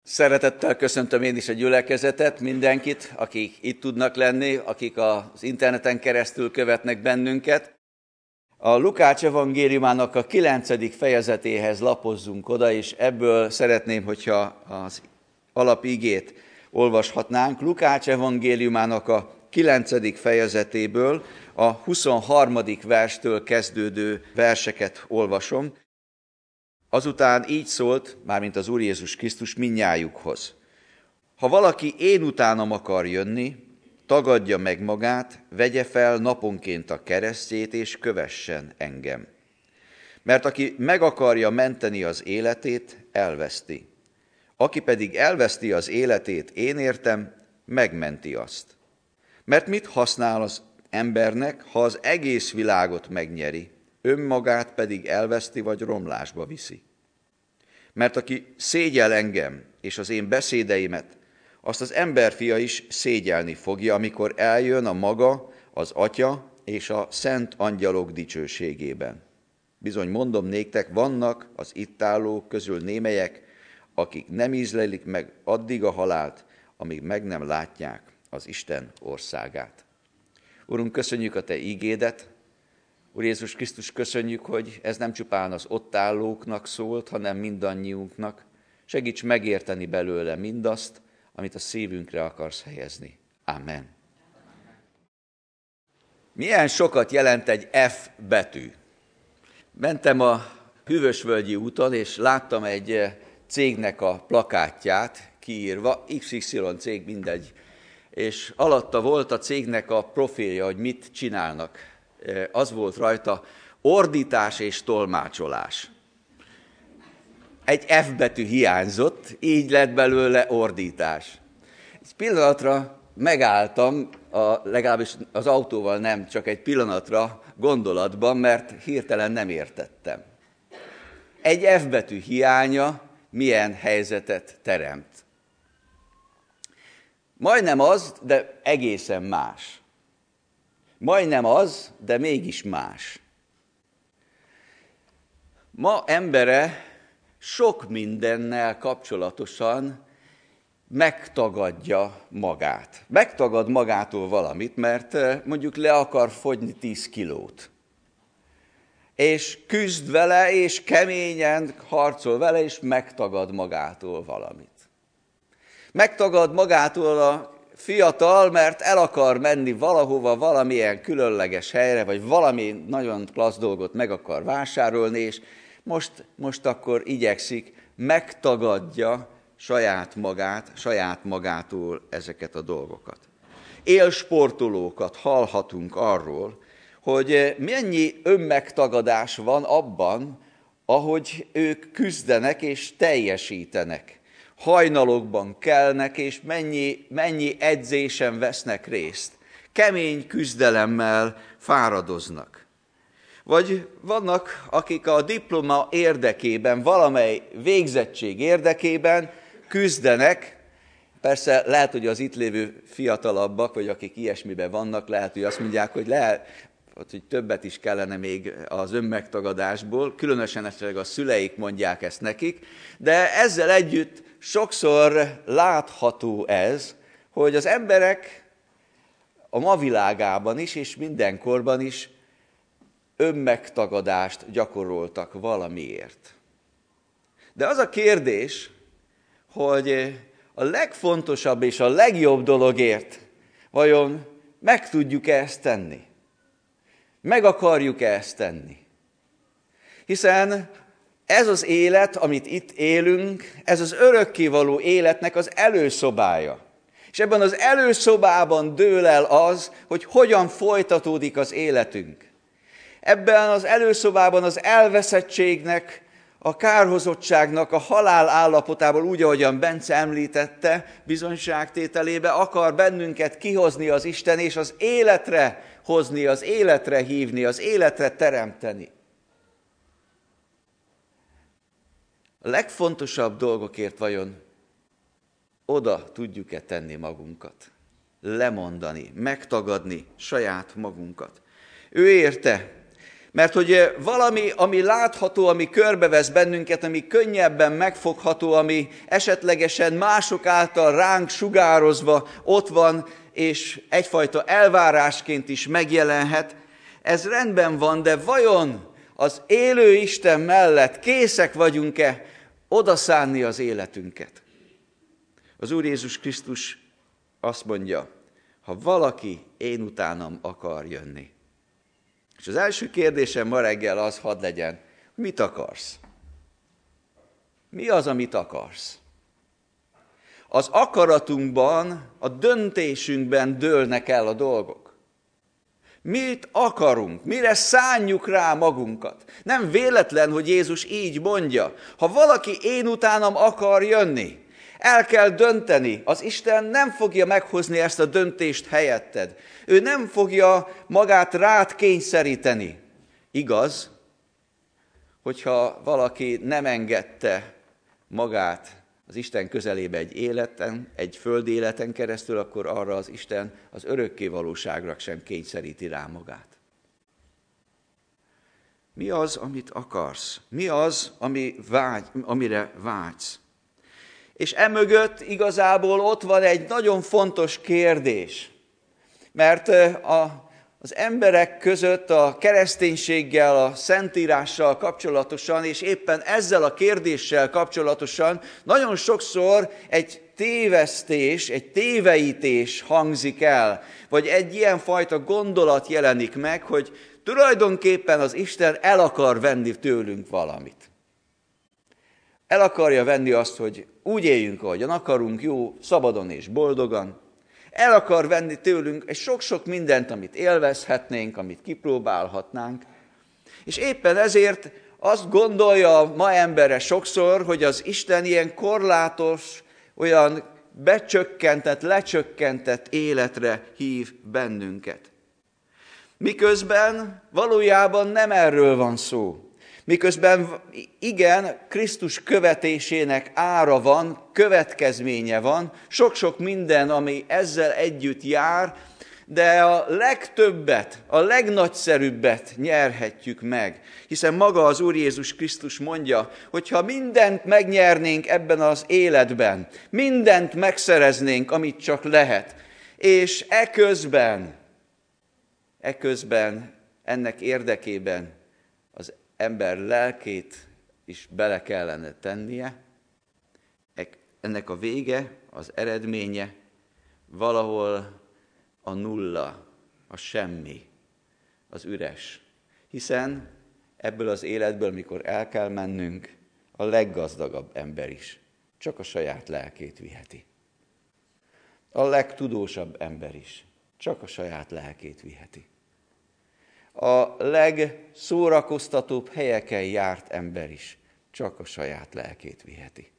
Szeretettel köszöntöm én is a gyülekezetet, mindenkit, akik itt tudnak lenni, akik az interneten keresztül követnek bennünket. A Lukács evangéliumának a 9. fejezetéhez lapozzunk oda, és ebből szeretném, hogyha az alapigét olvashatnánk. Lukács evangéliumának a 9. fejezetéből a 23. verstől kezdődő verseket olvasom. Azután így szólt, mármint az Úr Jézus Krisztus mindnyájukhoz. Ha valaki én utánam akar jönni, tagadja meg magát, vegye fel naponként a keresztjét, és kövessen engem. Mert aki meg akarja menteni az életét, elveszti. Aki pedig elveszti az életét, én értem, megmenti azt. Mert mit használ az embernek, ha az egész világot megnyeri, önmagát pedig elveszti vagy romlásba viszi? Mert aki szégyel engem és az én beszédeimet, azt az emberfia is szégyelni fogja, amikor eljön a maga, az Atya és a szent angyalok dicsőségében. Bizony mondom néktek, vannak az itt állók közül némelyek, akik nem ízlelik meg addig a halált, amíg meg nem látják az Isten országát. Urunk, köszönjük a Te ígédet. Úr Jézus Krisztus, köszönjük, hogy ez nem csupán az ott állóknak szólt, hanem mindannyiunknak. Segíts megérteni belőle mindazt, amit a szívünkre akarsz helyezni. Amen. Milyen sokat jelent egy F betű? Mentem a Hűvösvölgyi úton, és láttam egy cégnek a plakátját kiírva, XY cég, mindegy. És alatta volt a cégnek a profilja, hogy mit csinálnak. Az volt rajta, ordítás és tolmácsolás. Egy F betű hiányzott, így lett belőle ordítás. Egy pillanatra megálltam, legalábbis az autóval nem, csak egy pillanatra gondolatban, mert hirtelen nem értettem. Egy F betű hiánya milyen helyzetet teremt. Majdnem az, de egészen más. Majdnem az, de mégis más. Ma embere sok mindennel kapcsolatosan megtagadja magát. Megtagad magától valamit, mert mondjuk le akar fogyni 10 kilót. És küzd vele, és keményen harcol vele, és megtagad magától valamit. Megtagad magától a fiatal, mert el akar menni valahova, valamilyen különleges helyre, vagy valami nagyon klassz dolgot meg akar vásárolni, és most akkor igyekszik, megtagadja saját magától ezeket a dolgokat. Élsportolókat hallhatunk arról, hogy mennyi önmegtagadás van abban, ahogy ők küzdenek és teljesítenek. Hajnalokban kelnek, és mennyi edzésen vesznek részt. Kemény küzdelemmel fáradoznak. Vagy vannak, akik a diploma érdekében, valamely végzettség érdekében küzdenek. Persze lehet, hogy az itt lévő fiatalabbak, vagy akik ilyesmiben vannak, lehet, hogy azt mondják, hogy többet is kellene még az önmegtagadásból, különösen esetleg a szüleik mondják ezt nekik, de ezzel együtt sokszor látható ez, hogy az emberek a ma világában is, és mindenkorban is önmegtagadást gyakoroltak valamiért. De az a kérdés, hogy a legfontosabb és a legjobb dologért vajon meg tudjuk-e ezt tenni? Meg akarjuk-e ezt tenni? Hiszen ez az élet, amit itt élünk, ez az örökkévaló életnek az előszobája. És ebben az előszobában dől el az, hogy hogyan folytatódik az életünk. Ebben az előszobában az elveszettségnek, a kárhozottságnak, a halál állapotából, úgy, ahogyan Bence említette, bizonyságtételébe akar bennünket kihozni az Isten, és az életre hozni, az életre hívni, az életre teremteni. A legfontosabb dolgokért vajon oda tudjuk-e tenni magunkat? Lemondani, megtagadni saját magunkat. Ő érte Mert hogy valami, ami látható, ami körbevesz bennünket, ami könnyebben megfogható, ami esetlegesen mások által ránk sugározva ott van, és egyfajta elvárásként is megjelenhet, ez rendben van, de vajon az élő Isten mellett készek vagyunk-e odaszánni az életünket? Az Úr Jézus Krisztus azt mondja, ha valaki én utánam akar jönni. És az első kérdésem ma reggel az hadd legyen, mit akarsz? Mi az, amit akarsz? Az akaratunkban, a döntésünkben dőlnek el a dolgok. Mit akarunk? Mire szánjuk rá magunkat? Nem véletlen, hogy Jézus így mondja. Ha valaki én utánam akar jönni, el kell dönteni. Az Isten nem fogja meghozni ezt a döntést helyetted. Ő nem fogja magát rád kényszeríteni. Igaz, hogyha valaki nem engedte magát az Isten közelébe egy életen, egy földi életen keresztül, akkor arra az Isten az örökké valóságra sem kényszeríti rá magát. Mi az, amit akarsz? Mi az, amire vágysz? És emögött igazából ott van egy nagyon fontos kérdés, mert az emberek között a kereszténységgel, a Szentírással kapcsolatosan, és éppen ezzel a kérdéssel kapcsolatosan nagyon sokszor egy tévesztés, egy téveítés hangzik el, vagy egy ilyenfajta gondolat jelenik meg, hogy tulajdonképpen az Isten el akar venni tőlünk valamit. El akarja venni azt, hogy úgy éljünk, ahogyan akarunk, jó, szabadon és boldogan. El akar venni tőlünk egy sok-sok mindent, amit élvezhetnénk, amit kipróbálhatnánk. És éppen ezért azt gondolja a ma embere sokszor, hogy az Isten ilyen korlátos, olyan becsökkentett, lecsökkentett életre hív bennünket. Miközben valójában nem erről van szó. Miközben igen, Krisztus követésének ára van, következménye van, sok-sok minden, ami ezzel együtt jár, de a legtöbbet, a legnagyszerűbbet nyerhetjük meg. Hiszen maga az Úr Jézus Krisztus mondja, hogy ha mindent megnyernénk ebben az életben, mindent megszereznénk, amit csak lehet, és eközben ennek érdekében az ember lelkét is bele kellene tennie, ennek a vége, az eredménye valahol a nulla, a semmi, az üres. Hiszen ebből az életből, mikor el kell mennünk, a leggazdagabb ember is csak a saját lelkét viheti. A legtudósabb ember is csak a saját lelkét viheti. A legszórakoztatóbb helyeken járt ember is csak a saját lelkét viheti.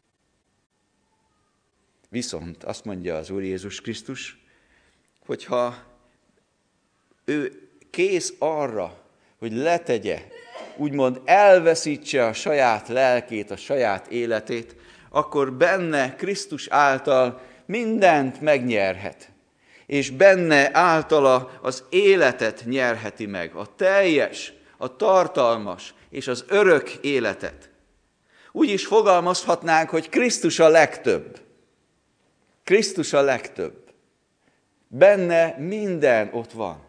Viszont azt mondja az Úr Jézus Krisztus, hogyha ő kész arra, hogy letegye, úgymond elveszítse a saját lelkét, a saját életét, akkor benne Krisztus által mindent megnyerhet. És benne általa az életet nyerheti meg, a teljes, a tartalmas és az örök életet. Úgy is fogalmazhatnánk, hogy Krisztus a legtöbb. Krisztus a legtöbb. Benne minden ott van.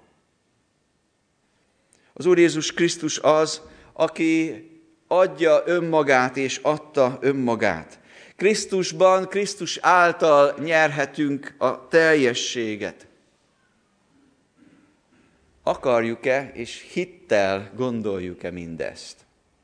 Az Úr Jézus Krisztus az, aki adja önmagát és adta önmagát. Krisztusban, Krisztus által nyerhetünk a teljességet. Akarjuk-e és hittel gondoljuk-e mindezt?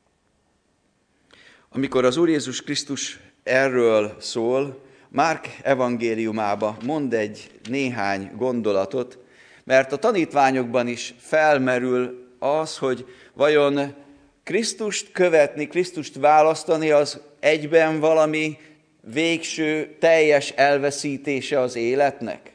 Amikor az Úr Jézus Krisztus erről szól, Márk evangéliumába mond egy néhány gondolatot, mert a tanítványokban is felmerül az, hogy vajon Krisztust követni, Krisztust választani az egyben valami végső, teljes elveszítése az életnek?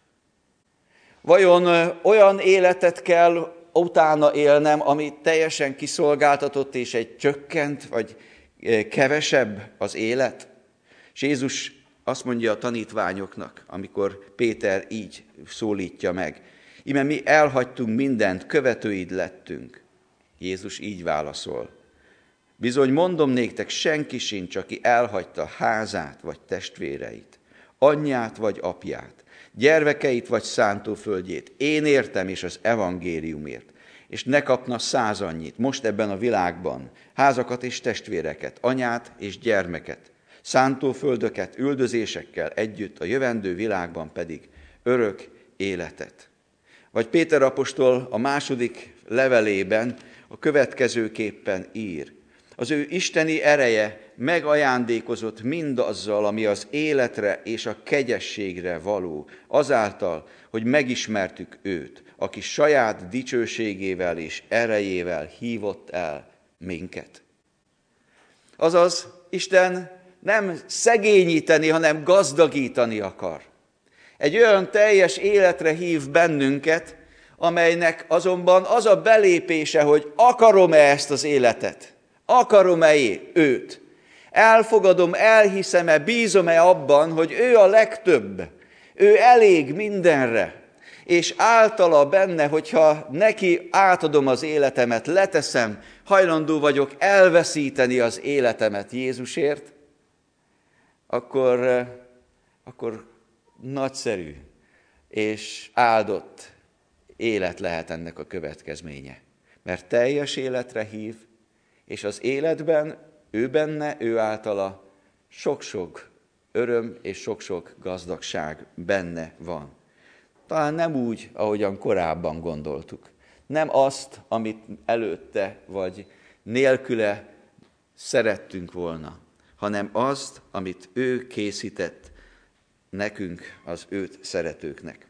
Vajon olyan életet kell utána élnem, ami teljesen kiszolgáltatott és egy csökkent, vagy kevesebb az élet? És Jézus azt mondja a tanítványoknak, amikor Péter így szólítja meg, íme mi elhagytunk mindent, követőid lettünk. Jézus így válaszol. Bizony mondom néktek, senki sincs, aki elhagyta házát vagy testvéreit, anyját vagy apját, gyermekeit vagy szántóföldjét, én értem és az evangéliumért, és ne kapna 100 annyit, most ebben a világban, házakat és testvéreket, anyát és gyermeket, szántóföldöket üldözésekkel együtt, a jövendő világban pedig örök életet. Vagy Péter apostol a második levelében a következőképpen ír. Az ő isteni ereje megajándékozott mindazzal, ami az életre és a kegyességre való, azáltal, hogy megismertük őt, aki saját dicsőségével és erejével hívott el minket. Azaz, Isten nem szegényíteni, hanem gazdagítani akar. Egy olyan teljes életre hív bennünket, amelynek azonban az a belépése, hogy akarom-e ezt az életet, akarom-e őt, elfogadom, elhiszem-e, bízom-e abban, hogy ő a legtöbb, ő elég mindenre, és általa benne, hogyha neki átadom az életemet, leteszem, hajlandó vagyok elveszíteni az életemet Jézusért, akkor nagyszerű és áldott élet lehet ennek a következménye. Mert teljes életre hív, és az életben ő benne, ő általa sok-sok öröm és sok-sok gazdagság benne van. Talán nem úgy, ahogyan korábban gondoltuk. Nem azt, amit előtte vagy nélküle szerettünk volna, hanem azt, amit ő készített nekünk, az őt szeretőknek.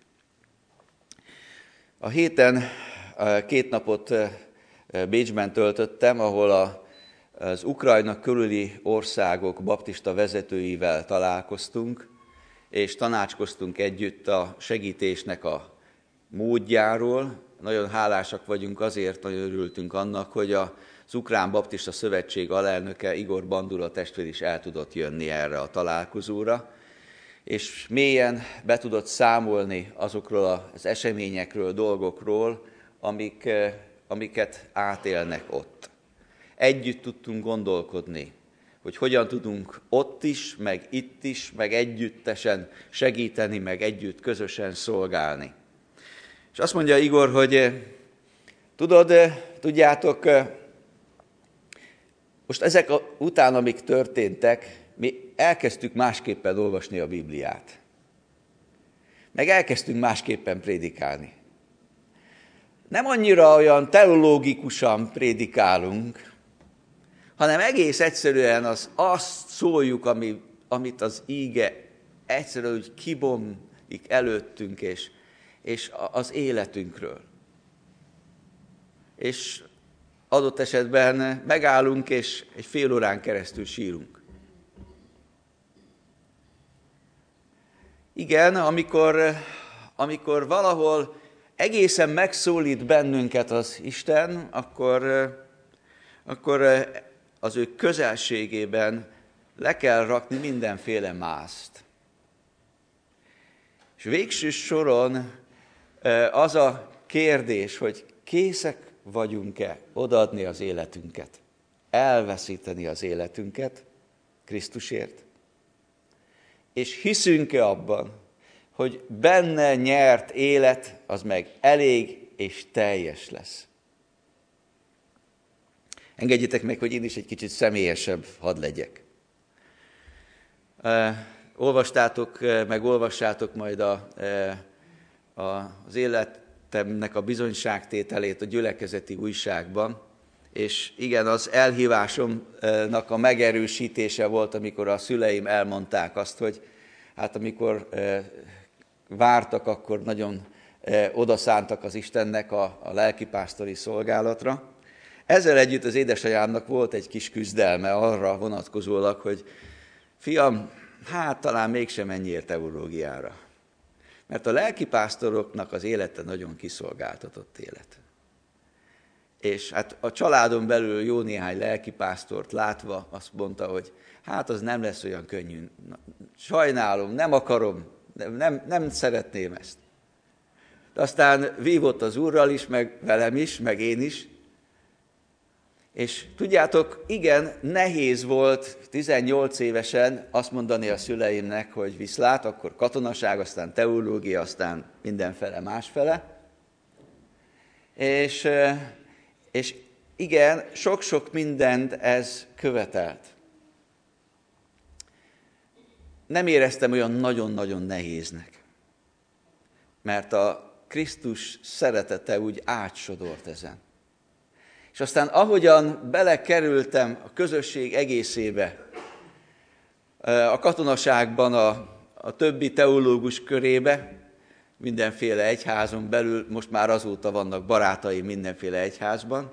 A héten 2 napot Bécsben töltöttem, ahol az Ukrajna körüli országok baptista vezetőivel találkoztunk, és tanácskoztunk együtt a segítésnek a módjáról. Nagyon hálásak vagyunk azért, nagyon örültünk annak, hogy az Ukrán Baptista Szövetség alelnöke Igor Bandura testvér is el tudott jönni erre a találkozóra, és mélyen be tudott számolni azokról az eseményekről, dolgokról, amiket átélnek ott. Együtt tudtunk gondolkodni, hogy hogyan tudunk ott is, meg itt is, meg együttesen segíteni, meg együtt közösen szolgálni. És azt mondja Igor, hogy tudjátok, most ezek után, amik történtek, mi elkezdtük másképpen olvasni a Bibliát. Meg elkezdtünk másképpen prédikálni. Nem annyira olyan teológikusan prédikálunk, hanem egész egyszerűen azt szóljuk, amit az íge egyszerűen úgy kibomlik előttünk, és az életünkről. És adott esetben megállunk, és egy fél órán keresztül sírunk. Igen, amikor valahol egészen megszólít bennünket az Isten, akkor az ő közelségében le kell rakni mindenféle mászt. És végső soron az a kérdés, hogy készek vagyunk-e odaadni az életünket, elveszíteni az életünket Krisztusért, és hiszünk-e abban, hogy benne nyert élet, az meg elég és teljes lesz. Engedjétek meg, hogy én is egy kicsit személyesebb hadd legyek. Olvassátok majd az életemnek a bizonyságtételét a gyülekezeti újságban, és igen, az elhívásomnak a megerősítése volt, amikor a szüleim elmondták azt, hogy hát amikor vártak, akkor nagyon odaszántak az Istennek a lelkipásztori szolgálatra. Ezzel együtt az édesanyámnak volt egy kis küzdelme arra vonatkozólag, hogy fiam, hát talán mégsem menjél teológiára. Mert a lelkipásztoroknak az élete nagyon kiszolgáltatott élet. És hát a családon belül jó néhány lelkipásztort látva azt mondta, hogy hát az nem lesz olyan könnyű. Sajnálom, nem akarom, nem szeretném ezt. De aztán vívott az Úrral is, meg velem is, meg én is, És tudjátok, igen, nehéz volt 18 évesen azt mondani a szüleimnek, hogy viszlát, akkor katonaság, aztán teológia, aztán mindenfele másfele. És igen, sok-sok mindent ez követelt. Nem éreztem olyan nagyon-nagyon nehéznek, mert a Krisztus szeretete úgy átsodort ezen. És aztán ahogyan belekerültem a közösség egészébe, a katonaságban a többi teológus körébe, mindenféle egyházon belül, most már azóta vannak barátaim mindenféle egyházban,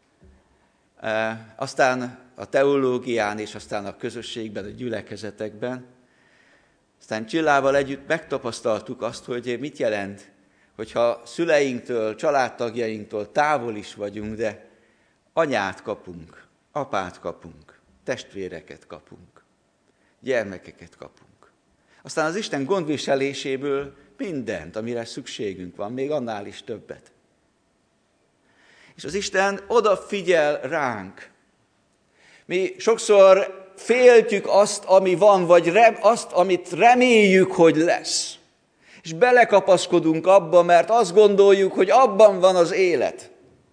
aztán a teológián és aztán a közösségben, a gyülekezetekben, aztán Csillával együtt megtapasztaltuk azt, hogy mit jelent, hogyha szüleinktől, családtagjainktól távol is vagyunk, de anyát kapunk, apát kapunk, testvéreket kapunk, gyermekeket kapunk. Aztán az Isten gondviseléséből mindent, amire szükségünk van, még annál is többet. És az Isten odafigyel ránk. Mi sokszor féltjük azt, ami van, vagy azt, amit reméljük, hogy lesz. És belekapaszkodunk abba, mert azt gondoljuk, hogy abban van az élet.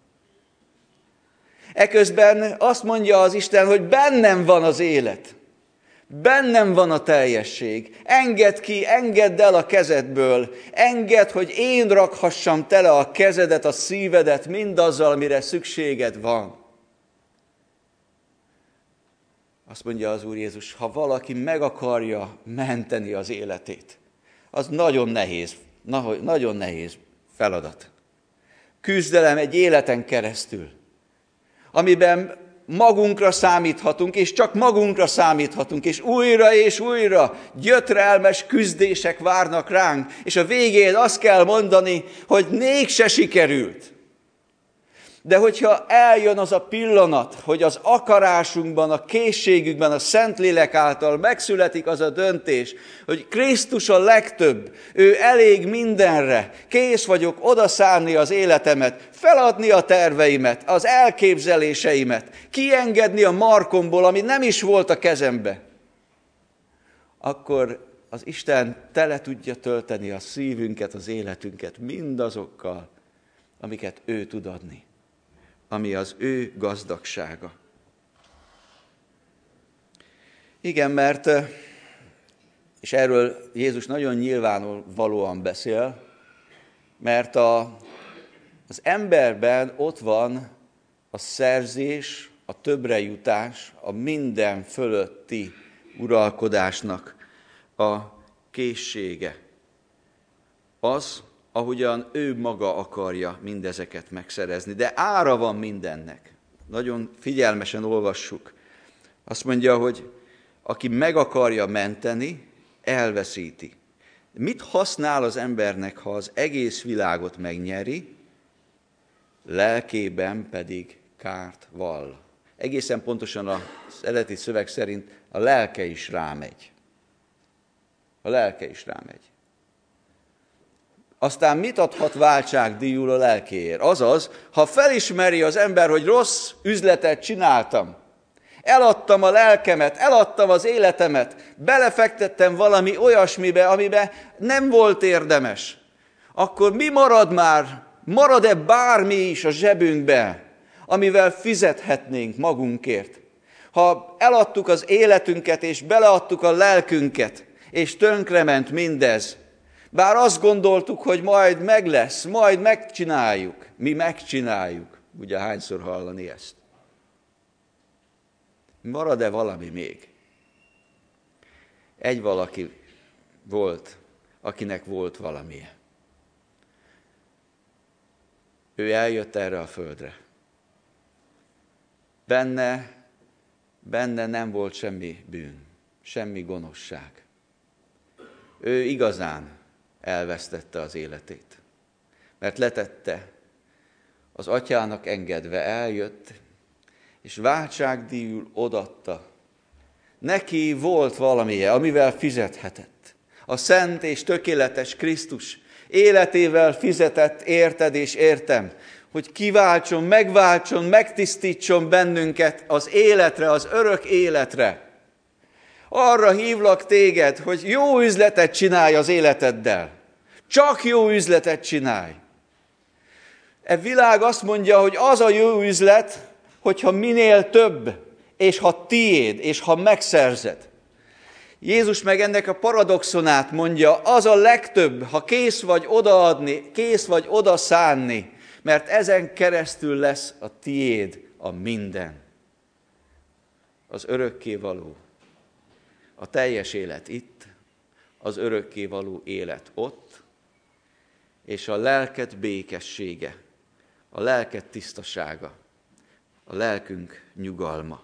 Eközben azt mondja az Isten, hogy bennem van az élet. Bennem van a teljesség. Engedd ki, engedd el a kezedből. Engedd, hogy én rakhassam tele a kezedet, a szívedet mindazzal, amire szükséged van. Azt mondja az Úr Jézus, ha valaki meg akarja menteni az életét, az nagyon nehéz feladat. Küzdelem egy életen keresztül, amiben magunkra számíthatunk, és csak magunkra számíthatunk, és újra gyötrelmes küzdések várnak ránk, és a végén azt kell mondani, hogy mégse sikerült. De hogyha eljön az a pillanat, hogy az akarásunkban, a készségükben, a Szentlélek által megszületik az a döntés, hogy Krisztus a legtöbb, ő elég mindenre, kész vagyok odaszánni az életemet, feladni a terveimet, az elképzeléseimet, kiengedni a markomból, ami nem is volt a kezembe, akkor az Isten tele tudja tölteni a szívünket, az életünket mindazokkal, amiket ő tud adni, ami az ő gazdagsága. Igen, mert, és erről Jézus nagyon nyilvánvalóan beszél, mert az emberben ott van a szerzés, a többre jutás, a minden fölötti uralkodásnak a készsége. Az, ahogyan ő maga akarja mindezeket megszerezni. De ára van mindennek. Nagyon figyelmesen olvassuk. Azt mondja, hogy aki meg akarja menteni, elveszíti. Mit használ az embernek, ha az egész világot megnyeri, lelkében pedig kárt vall? Egészen pontosan az eredeti szöveg szerint a lelke is rámegy. A lelke is rámegy. Aztán mit adhat váltságdíjul a lelkéért? Azaz, ha felismeri az ember, hogy rossz üzletet csináltam, eladtam a lelkemet, eladtam az életemet, belefektettem valami olyasmibe, amiben nem volt érdemes, akkor mi marad már? Marad-e bármi is a zsebünkbe, amivel fizethetnénk magunkért? Ha eladtuk az életünket, és beleadtuk a lelkünket, és tönkrement mindez, bár azt gondoltuk, hogy majd meg lesz, majd megcsináljuk. Mi megcsináljuk. Ugye hányszor hallani ezt? Marad-e valami még? Egy valaki volt, akinek volt valamije. Ő eljött erre a földre. Benne nem volt semmi bűn, semmi gonoszság. Ő igazán elvesztette az életét. Mert letette, az atyának engedve eljött, és váltságdíjul odatta. Neki volt valamije, amivel fizethetett. A szent és tökéletes Krisztus életével fizetett érted és értem, hogy kiváltson, megváltson, megtisztítson bennünket az életre, az örök életre. Arra hívlak téged, hogy jó üzletet csinálj az életeddel. Csak jó üzletet csinálj. E világ azt mondja, hogy az a jó üzlet, hogyha minél több, és ha tiéd, és ha megszerzed. Jézus meg ennek a paradoxonát mondja, az a legtöbb, ha kész vagy odaadni, kész vagy odaszánni, mert ezen keresztül lesz a tiéd a minden. Az örökkévaló. A teljes élet itt, az örökkévaló élet ott, és a lelked békessége, a lelked tisztasága, a lelkünk nyugalma.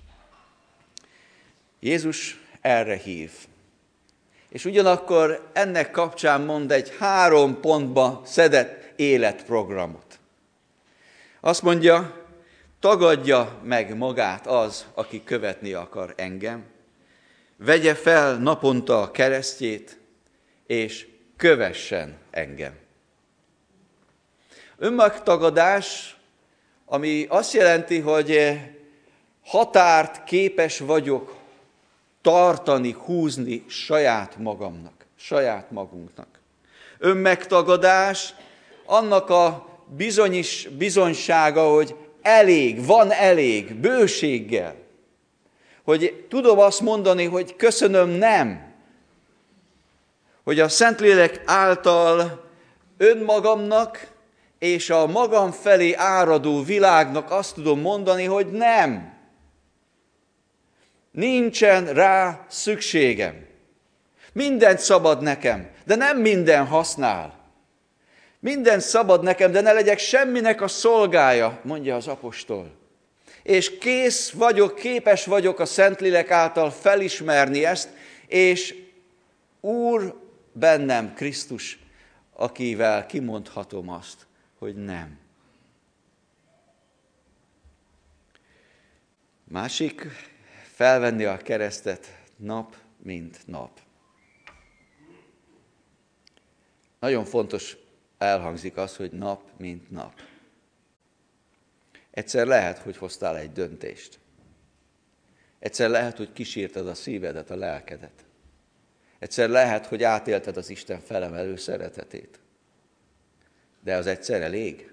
Jézus erre hív. És ugyanakkor ennek kapcsán mond egy 3 pontba szedett életprogramot. Azt mondja, tagadja meg magát az, aki követni akar engem, vegye fel naponta a keresztjét, és kövessen engem. Önmagtagadás, ami azt jelenti, hogy határt képes vagyok tartani, húzni saját magamnak, saját magunknak. Önmegtagadás annak a bizonysága, hogy elég, van elég, bőséggel. Hogy tudom azt mondani, hogy köszönöm, nem. Hogy a Szentlélek által önmagamnak és a magam felé áradó világnak azt tudom mondani, hogy nem. Nincsen rá szükségem. Mindent szabad nekem, de nem minden használ. Minden szabad nekem, de ne legyek semminek a szolgája, mondja az apostol. És képes vagyok a Szentlélek által felismerni ezt, és Úr bennem Krisztus, akivel kimondhatom azt, hogy nem. Másik, felvenni a keresztet nap, mint nap. Nagyon fontos, elhangzik az, hogy nap, mint nap. Egyszer lehet, hogy hoztál egy döntést. Egyszer lehet, hogy kísírtad a szívedet, a lelkedet. Egyszer lehet, hogy átélted az Isten felemelő szeretetét. De az egyszer elég?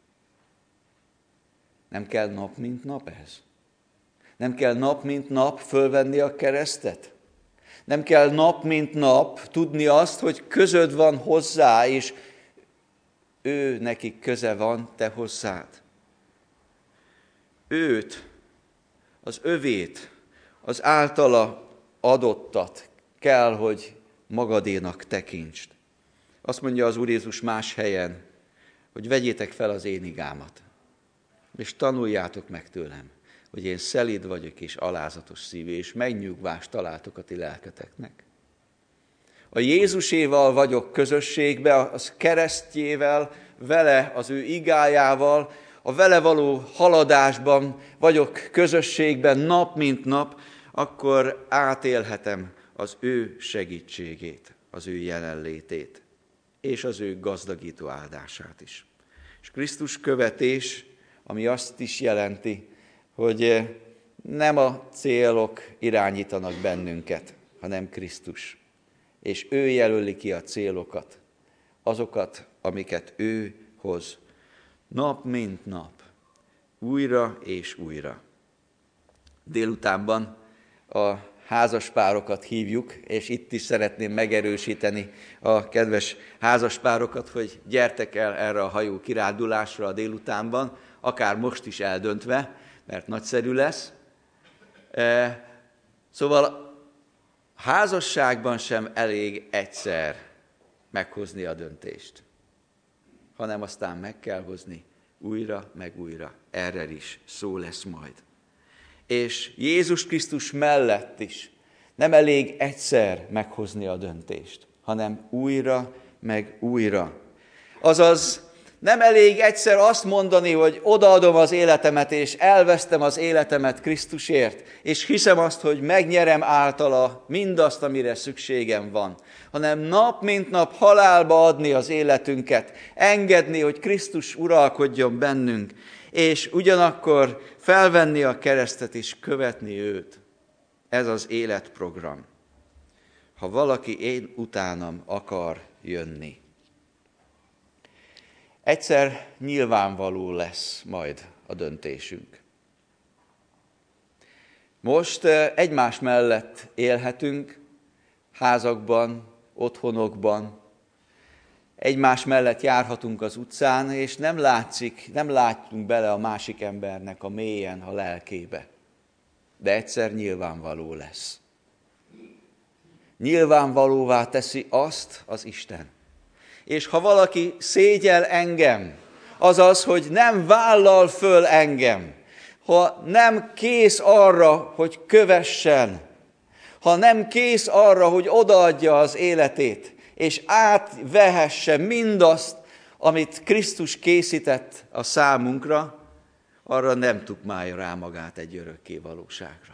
Nem kell nap, mint nap ez? Nem kell nap, mint nap fölvenni a keresztet? Nem kell nap, mint nap tudni azt, hogy közöd van hozzá, és ő nekik köze van te hozzád. Őt, az övét, az általa adottat kell, hogy magadénak tekintsd. Azt mondja az Úr Jézus más helyen, hogy vegyétek fel az én igámat, és tanuljátok meg tőlem, hogy én szelíd vagyok és alázatos szívű, és megnyugvást találtok a ti lelketeknek. A Jézuséval vagyok közösségbe, az keresztjével, vele, az ő igájával, a vele való haladásban vagyok közösségben nap mint nap, akkor átélhetem az ő segítségét, az ő jelenlétét, és az ő gazdagító áldását is. És Krisztus követés, ami azt is jelenti, hogy nem a célok irányítanak bennünket, hanem Krisztus. És ő jelöli ki a célokat, azokat, amiket ő hoz. Nap mint nap, újra és újra. Délutánban a házaspárokat hívjuk, és itt is szeretném megerősíteni a kedves házaspárokat, hogy gyertek el erre a hajó kirándulásra a délutánban, akár most is eldöntve, mert nagyszerű lesz. Szóval házasságban sem elég egyszer meghozni a döntést, hanem aztán meg kell hozni újra, meg újra. Erről is szó lesz majd. És Jézus Krisztus mellett is nem elég egyszer meghozni a döntést, hanem újra, meg újra. Azaz Nem elég egyszer azt mondani, hogy odaadom az életemet, és elvesztem az életemet Krisztusért, és hiszem azt, hogy megnyerem általa mindazt, amire szükségem van, hanem nap mint nap halálba adni az életünket, engedni, hogy Krisztus uralkodjon bennünk, és ugyanakkor felvenni a keresztet és követni őt. Ez az életprogram. Ha valaki én utánam akar jönni. Egyszer nyilvánvaló lesz majd a döntésünk. Most egymás mellett élhetünk, házakban, otthonokban, egymás mellett járhatunk az utcán, és nem látunk bele a másik embernek a mélyen, a lelkébe. De egyszer nyilvánvaló lesz. Nyilvánvalóvá teszi azt az Isten. És ha valaki szégyel engem, azaz, hogy nem vállal föl engem, ha nem kész arra, hogy kövessen, ha nem kész arra, hogy odaadja az életét, és átvehesse mindazt, amit Krisztus készített a számunkra, arra nem tukmálja rá magát egy örökké valóságra.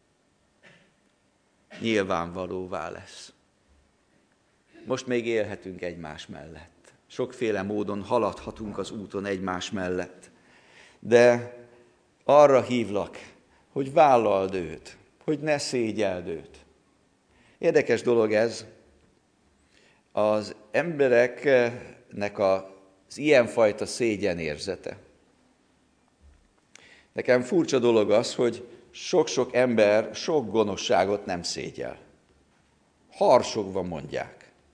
Nyilvánvalóvá lesz. Most még élhetünk egymás mellett. Sokféle módon haladhatunk az úton egymás mellett. De arra hívlak, hogy vállald őt, hogy ne szégyeld őt. Érdekes dolog ez. Az embereknek az ilyenfajta szégyenérzete. Nekem furcsa dolog az, hogy sok-sok ember sok gonoszságot nem szégyel. Harsogva mondják.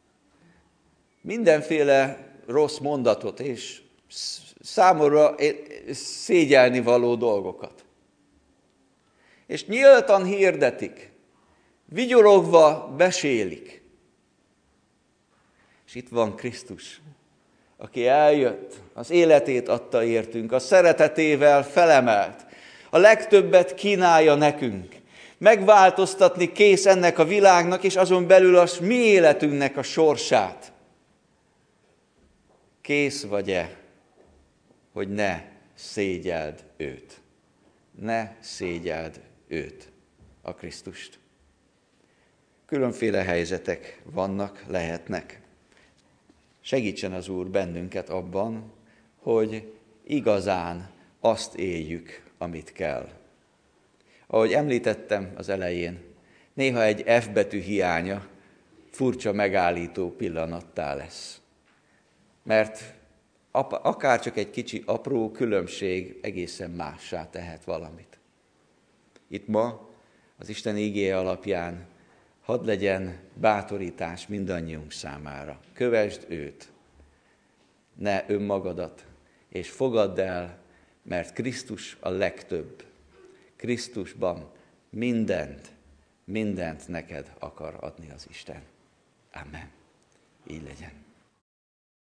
Mindenféle rossz mondatot és számomra szégyelni való dolgokat. És nyíltan hirdetik, vigyorogva besélik. És itt van Krisztus, aki eljött, az életét adta értünk, a szeretetével felemelt, a legtöbbet kínálja nekünk. Megváltoztatni kész ennek a világnak, és azon belül az mi életünknek a sorsát. Kész vagy-e, hogy ne szégyeld őt? Ne szégyeld őt, a Krisztust. Különféle helyzetek vannak, lehetnek. Segítsen az Úr bennünket abban, hogy igazán azt éljük, amit kell. Ahogy említettem az elején, néha egy F betű hiánya furcsa megállító pillanattá lesz. Mert akár csak egy kicsi apró különbség egészen mássá tehet valamit. Itt ma az Isten igéje alapján hadd legyen bátorítás mindannyiunk számára. Kövesd őt, ne önmagadat, és fogadd el, mert Krisztus a legtöbb. Krisztusban mindent neked akar adni az Isten. Amen. Így legyen.